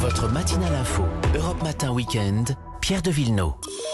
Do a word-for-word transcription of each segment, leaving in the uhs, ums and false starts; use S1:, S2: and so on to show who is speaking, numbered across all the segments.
S1: Votre matinale info, Europe Matin Week-end, Pierre de Villeneuve.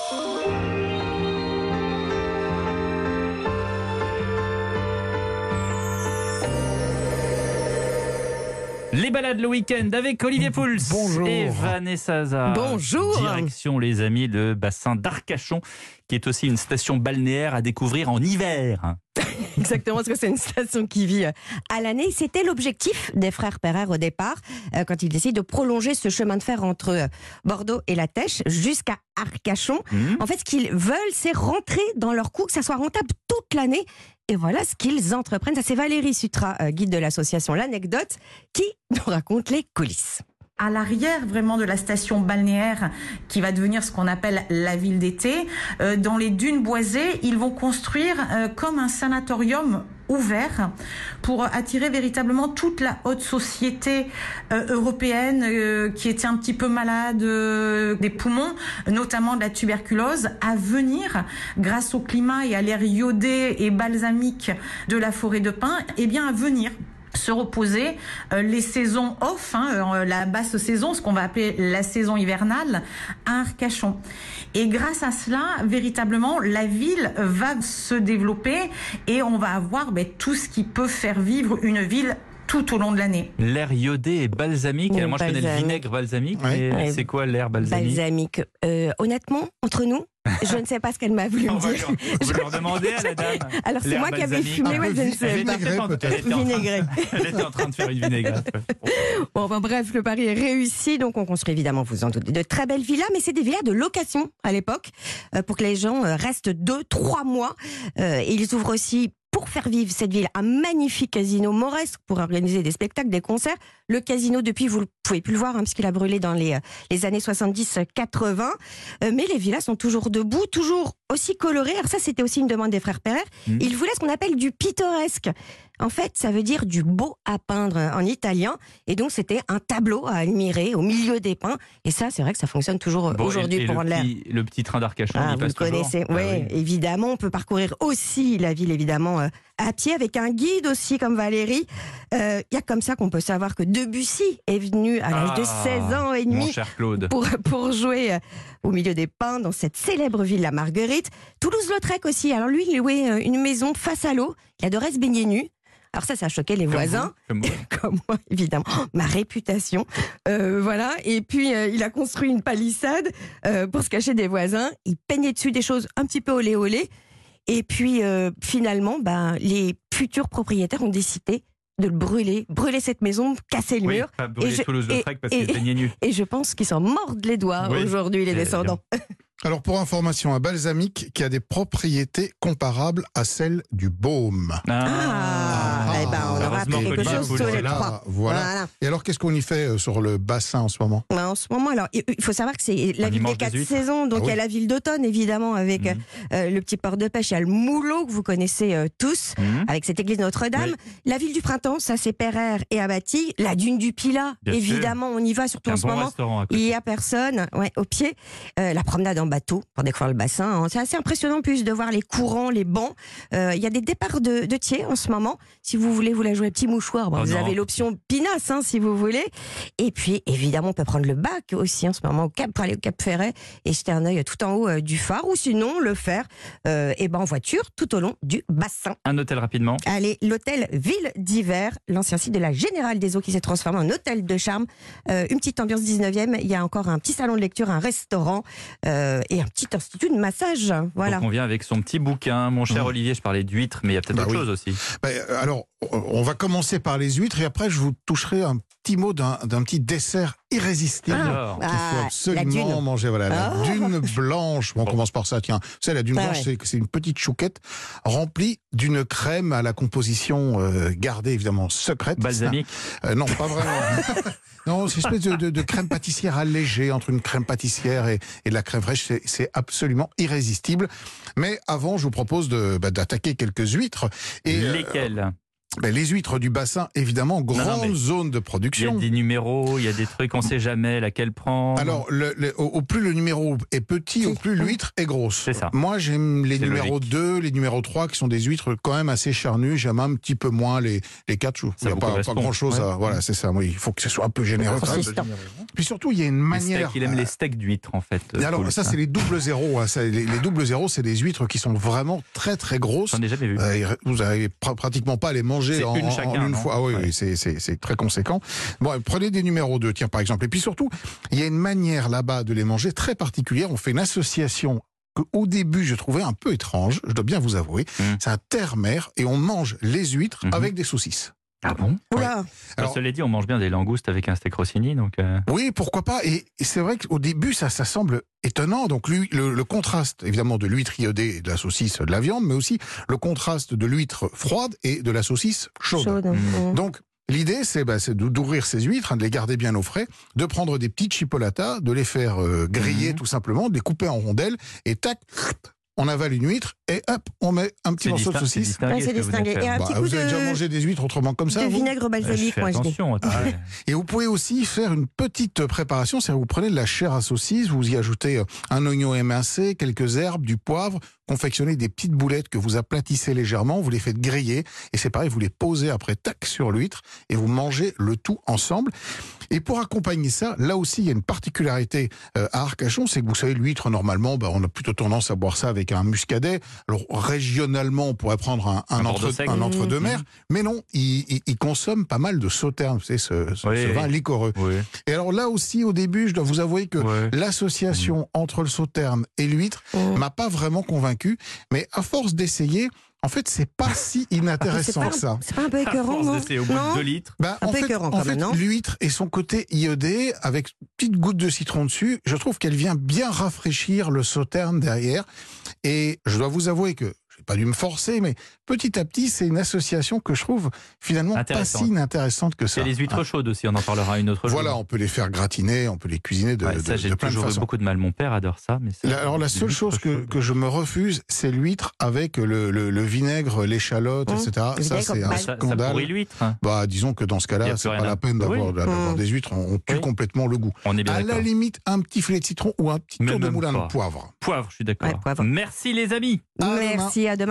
S2: Les balades le week-end avec Olivier Pouls
S3: Bonjour.
S2: et Vanessa Hazard.
S4: Bonjour.
S2: Direction les amis, le bassin d'Arcachon, qui est aussi une station balnéaire à découvrir en hiver.
S4: Exactement, parce que c'est une station qui vit à l'année. C'était l'objectif des frères Pereire au départ, euh, quand ils décident de prolonger ce chemin de fer entre euh, Bordeaux et La Tèche jusqu'à Arcachon. Mmh. En fait, ce qu'ils veulent, c'est rentrer dans leur coût, que ça soit rentable toute l'année. Et voilà ce qu'ils entreprennent. Ça, c'est Valérie Sutra, euh, guide de l'association L'Anecdote, qui nous raconte les coulisses.
S5: À l'arrière vraiment de la station balnéaire qui va devenir ce qu'on appelle la ville d'été, euh, dans les dunes boisées, ils vont construire euh, comme un sanatorium ouvert pour attirer véritablement toute la haute société euh, européenne euh, qui était un petit peu malade euh, des poumons, notamment de la tuberculose, à venir, grâce au climat et à l'air iodé et balsamique de la forêt de pins, et bien à venir se reposer euh, les saisons off, hein, euh, la basse saison, ce qu'on va appeler la saison hivernale, à Arcachon. Et grâce à cela, véritablement, la ville va se développer et on va avoir ben, tout ce qui peut faire vivre une ville tout au long de l'année.
S2: L'air iodé et balsamique.
S4: Oui,
S2: moi, je connais le vinaigre balsamique, oui. mais
S4: Oui.
S2: c'est quoi l'air balsamique
S4: Balsamique. Euh, honnêtement, entre nous, je ne sais pas ce qu'elle m'a voulu me dire.
S2: Vous leur demandez à la dame.
S4: Alors, c'est moi qui avais fumé, ouais, je ne sais pas.
S2: Vinaigré. Elle était en train de faire une vinaigrette.
S4: Bon, enfin, bref, le pari est réussi. Donc, on construit évidemment, vous en doutez, de très belles villas, mais c'est des villas de location à l'époque, euh, pour que les gens euh, restent deux, trois mois. Euh, et ils ouvrent aussi, pour faire vivre cette ville, un magnifique casino mauresque pour organiser des spectacles, des concerts. Le casino, depuis, vous ne pouvez plus le voir, hein, parce qu'il a brûlé dans les, les années soixante-dix quatre-vingts. Euh, mais les villas sont toujours debout, toujours aussi colorées. Alors ça, c'était aussi une demande des frères Pereire. Mmh. Ils voulaient ce qu'on appelle du pittoresque. En fait, ça veut dire du beau à peindre en italien. Et donc, c'était un tableau à admirer au milieu des pins. Et ça, c'est vrai que ça fonctionne toujours bon, aujourd'hui pour rendre l'air.
S2: Le petit train d'Arcachon,
S4: ah,
S2: il
S4: vous
S2: passe
S4: le connaissez,
S2: toujours.
S4: oui,
S2: Ah, oui.
S4: Évidemment. On peut parcourir aussi la ville, évidemment, euh, à pied, avec un guide aussi, comme Valérie. Il euh, y a comme ça qu'on peut savoir que Debussy est venu à l'âge ah, de seize ans et demi
S2: mon cher Claude.
S4: Pour, pour jouer euh, au milieu des pins dans cette célèbre ville, la Marguerite. Toulouse-Lautrec aussi. Alors lui, il louait une maison face à l'eau. Il adorait se baigner nu. Alors ça, ça a choqué les
S2: comme
S4: voisins.
S2: Vous, comme, moi.
S4: Comme moi, évidemment. Oh, ma réputation. Euh, voilà. Et puis, euh, il a construit une palissade euh, pour se cacher des voisins. Il peignait dessus des choses un petit peu olé olé. Et puis, euh, finalement, ben, les futurs propriétaires ont décidé de le brûler, brûler cette maison, casser le
S2: oui,
S4: mur.
S2: Pas brûler
S4: et
S2: Toulouse-Lautrec parce qu'il peignait nu.
S4: Et je pense qu'ils s'en mordent les doigts oui, aujourd'hui, les descendants.
S3: Alors, pour information, un balsamique qui a des propriétés comparables à celles du baume.
S4: Ah, ah, ah eh ben, on aura appris quelque chose tous les trois.
S3: Voilà. Voilà. Et alors, qu'est-ce qu'on y fait sur le bassin en ce moment ?
S4: ben, En ce moment, alors, il faut savoir que c'est la ville des quatre saisons. Donc, ah, oui. il y a la ville d'automne, évidemment, avec mmh. euh, le petit port de pêche. Il y a le Moulot, que vous connaissez euh, tous, mmh. avec cette église Notre-Dame. Oui. La ville du printemps, ça, c'est Pereire et Abbati. La dune du Pilat, Bien évidemment, sûr. On y va, surtout en ce
S2: bon
S4: moment. Il n'y a personne, ouais, au pied. Euh, la promenade en bateau pour découvrir le bassin. Hein. C'est assez impressionnant, plus, de voir les courants, les bancs. Euh, il y a des départs de, de Thiers en ce moment. Si vous voulez vous la jouer petit mouchoir, bon, oh vous non. avez l'option Pinasse, hein, si vous voulez. Et puis, évidemment, on peut prendre le bac aussi en ce moment au Cap, pour aller au Cap Ferret et jeter un œil tout en haut euh, du phare, ou sinon le faire euh, et ben, en voiture tout au long du bassin.
S2: Un hôtel rapidement.
S4: Allez, l'hôtel Ville d'Hiver, l'ancien site de la Générale des Eaux qui s'est transformé en hôtel de charme. Euh, une petite ambiance dix-neuvième. Il y a encore un petit salon de lecture, un restaurant euh, et un petit institut de massage. Voilà.
S2: Donc on vient avec son petit bouquin. Mon cher mmh. Olivier, je parlais d'huîtres, mais il y a peut-être bah autre oui. chose aussi.
S3: Bah, alors, on va commencer par les huîtres et après je vous toucherai un petit mot d'un, d'un petit dessert irrésistible
S4: ah,
S3: qu'il faut
S4: ah,
S3: absolument manger. Voilà, la
S4: oh.
S3: dune blanche. Bon, on commence par ça. Tiens, vous savez, la dune ah, blanche, ouais. c'est, c'est une petite chouquette remplie d'une crème à la composition euh, gardée évidemment secrète.
S2: Balsamique.
S3: Euh, non, pas vraiment. Non, c'est une espèce de, de, de crème pâtissière allégée entre une crème pâtissière et, et de la crème fraîche. C'est, c'est absolument irrésistible. Mais avant, je vous propose de, bah, d'attaquer quelques huîtres. Et,
S2: lesquelles euh,
S3: Ben, les huîtres du bassin, évidemment, grande non, non, zone de production.
S2: Il y a des numéros, il y a des trucs, on ne sait jamais laquelle prendre.
S3: Alors, le, le, au, au plus le numéro est petit, au plus l'huître est grosse.
S2: C'est ça.
S3: Moi, j'aime les
S2: C'est
S3: numéros
S2: logique.
S3: deux, les numéros trois, qui sont des huîtres quand même assez charnues. J'aime un petit peu moins les, les quatre. Il n'y a pas, pas grand-chose ouais. à... Voilà, c'est ça. Oui, il faut que ce soit un peu généreux. Puis surtout, il y a une
S2: Les
S3: manière.
S2: steaks, il aime les steaks d'huîtres, en fait.
S3: Et alors,
S2: Paul,
S3: ça, c'est les doubles zéros. Hein. Ça, les, les doubles zéros, c'est des huîtres qui sont vraiment très, très grosses.
S2: J'en ai jamais vu.
S3: Euh, vous n'arrivez pr- pratiquement pas à les manger
S2: C'est
S3: en
S2: une
S3: en-
S2: chacun,
S3: en une
S2: non
S3: fois. Ah oui,
S2: Ouais.
S3: oui, c'est, c'est, c'est très conséquent. Bon, prenez des numéros deux, tiens, par exemple. Et puis surtout, il y a une manière là-bas de les manger très particulière. On fait une association qu'au début, je trouvais un peu étrange, je dois bien vous avouer.
S2: Mm.
S3: C'est un terre-mer et on mange les huîtres
S2: Mhm.
S3: avec des saucisses.
S2: Ah bon?
S4: Oula.
S3: Alors-
S2: Alors, cela dit, on mange bien des langoustes avec un steak rossini, donc... euh,
S3: Oui, pourquoi pas. Et, et c'est vrai qu'au début, ça, ça semble étonnant. Donc, lui, le, le contraste, évidemment, de l'huître iodée et de la saucisse de la viande, mais aussi le contraste de l'huître froide et de la saucisse chaude.
S4: Chaude.
S2: Mm.
S4: Mm.
S3: Donc, l'idée, c'est bah, c'est de- d'ouvrir ces huîtres, hein, de les garder bien au frais, de prendre des petites chipolatas, de les faire euh, griller
S2: Mhm.
S3: tout simplement, de les couper en rondelles, et tac, on avale une huître, et hop, on met un petit
S2: c'est
S3: morceau de
S2: distin- c'est
S3: saucisse.
S2: distingué,
S4: Ouais, c'est
S2: ce que vous venez de
S4: distingué.
S2: faire.
S4: Et un
S3: Bah,
S4: petit coup
S3: vous avez
S4: de-
S3: déjà mangé des huîtres autrement comme ça
S4: De
S3: vous
S4: vinaigre
S2: Euh, Je
S4: balsamique,
S2: fais
S4: moi je dis.
S2: attention. attendez.
S3: Et vous pouvez aussi faire une petite préparation, c'est-à-dire vous prenez de la chair à saucisse, vous y ajoutez euh, un oignon émincé, quelques herbes, du poivre, confectionnez des petites boulettes que vous aplatissez légèrement, vous les faites griller, et c'est pareil, vous les posez après, tac, sur l'huître, et vous mangez le tout ensemble. Et pour accompagner ça, là aussi, il y a une particularité euh, à Arcachon, c'est que vous savez, l'huître, normalement, bah, on a plutôt tendance à boire ça avec un muscadet. Alors, régionalement, on pourrait prendre un, un,
S2: Un
S3: entre,
S2: Bordeaux sec.
S3: un entre-deux-mer,
S2: Mmh.
S3: mais non, ils il, il consomment pas mal de sauterne, vous savez, ce, ce,
S2: Oui,
S3: ce
S2: oui.
S3: vin liquoreux.
S2: Oui,
S3: Et alors là aussi, au début, je dois vous avouer que
S2: oui.
S3: l'association entre le sauterne et l'huître
S4: Mm.
S3: m'a pas vraiment convaincu, mais à force d'essayer, en fait, c'est pas si
S4: C'est
S3: inintéressant
S4: pas,
S3: que ça.
S4: c'est pas un peu
S2: À
S4: écœurant,
S2: force
S4: non
S2: d'essayer au bout
S4: Non
S2: de deux litres.
S3: Bah,
S4: Un
S3: en
S4: peu
S3: fait,
S4: écœurant
S3: en
S4: quand
S3: fait,
S4: même, non
S3: l'huître et son côté iodé, avec petite goutte de citron dessus, je trouve qu'elle vient bien rafraîchir le sauterne derrière. Et je dois vous avouer que j'ai pas dû me forcer, mais petit à petit, c'est une association que je trouve finalement pas
S2: Intéressante.
S3: si inintéressante que ça.
S2: C'est les huîtres
S3: Ah.
S2: chaudes aussi, on en parlera une autre
S3: Voilà,
S2: jour.
S3: on peut les faire gratiner, on peut les cuisiner de,
S2: Ouais,
S3: de-
S2: ça, j'ai
S3: de plein de
S2: toujours eu
S3: façons.
S2: beaucoup de mal. Mon père adore ça. Mais ça,
S3: La- alors la
S2: les
S3: seule
S2: huîtres
S3: chose que,
S2: chaudes.
S3: que je me refuse, c'est l'huître avec le, le, le vinaigre, l'échalote,
S4: Mmh.
S3: et cetera.
S4: Le
S3: Ça,
S4: vinaigre,
S3: c'est
S4: bah,
S3: un
S2: Ça, ça
S3: scandale.
S2: pourrit l'huître. hein.
S3: Bah, disons que dans ce
S2: Il y a
S3: cas-là,
S2: plus
S3: c'est
S2: rien
S3: pas
S2: à-
S3: la peine d'avoir
S2: Oui.
S3: d'avoir
S4: Mmh.
S3: des huîtres. On, on tue
S2: Oui.
S3: complètement le goût.
S2: On est bien
S3: À la
S2: d'accord.
S3: limite, un petit filet de citron ou un petit
S2: Mais
S3: tour de
S2: même
S3: moulin
S2: pas.
S3: de poivre.
S2: Poivre, je suis d'accord.
S4: Ouais, poivre.
S2: Merci les amis.
S3: À demain.
S4: Merci, à demain.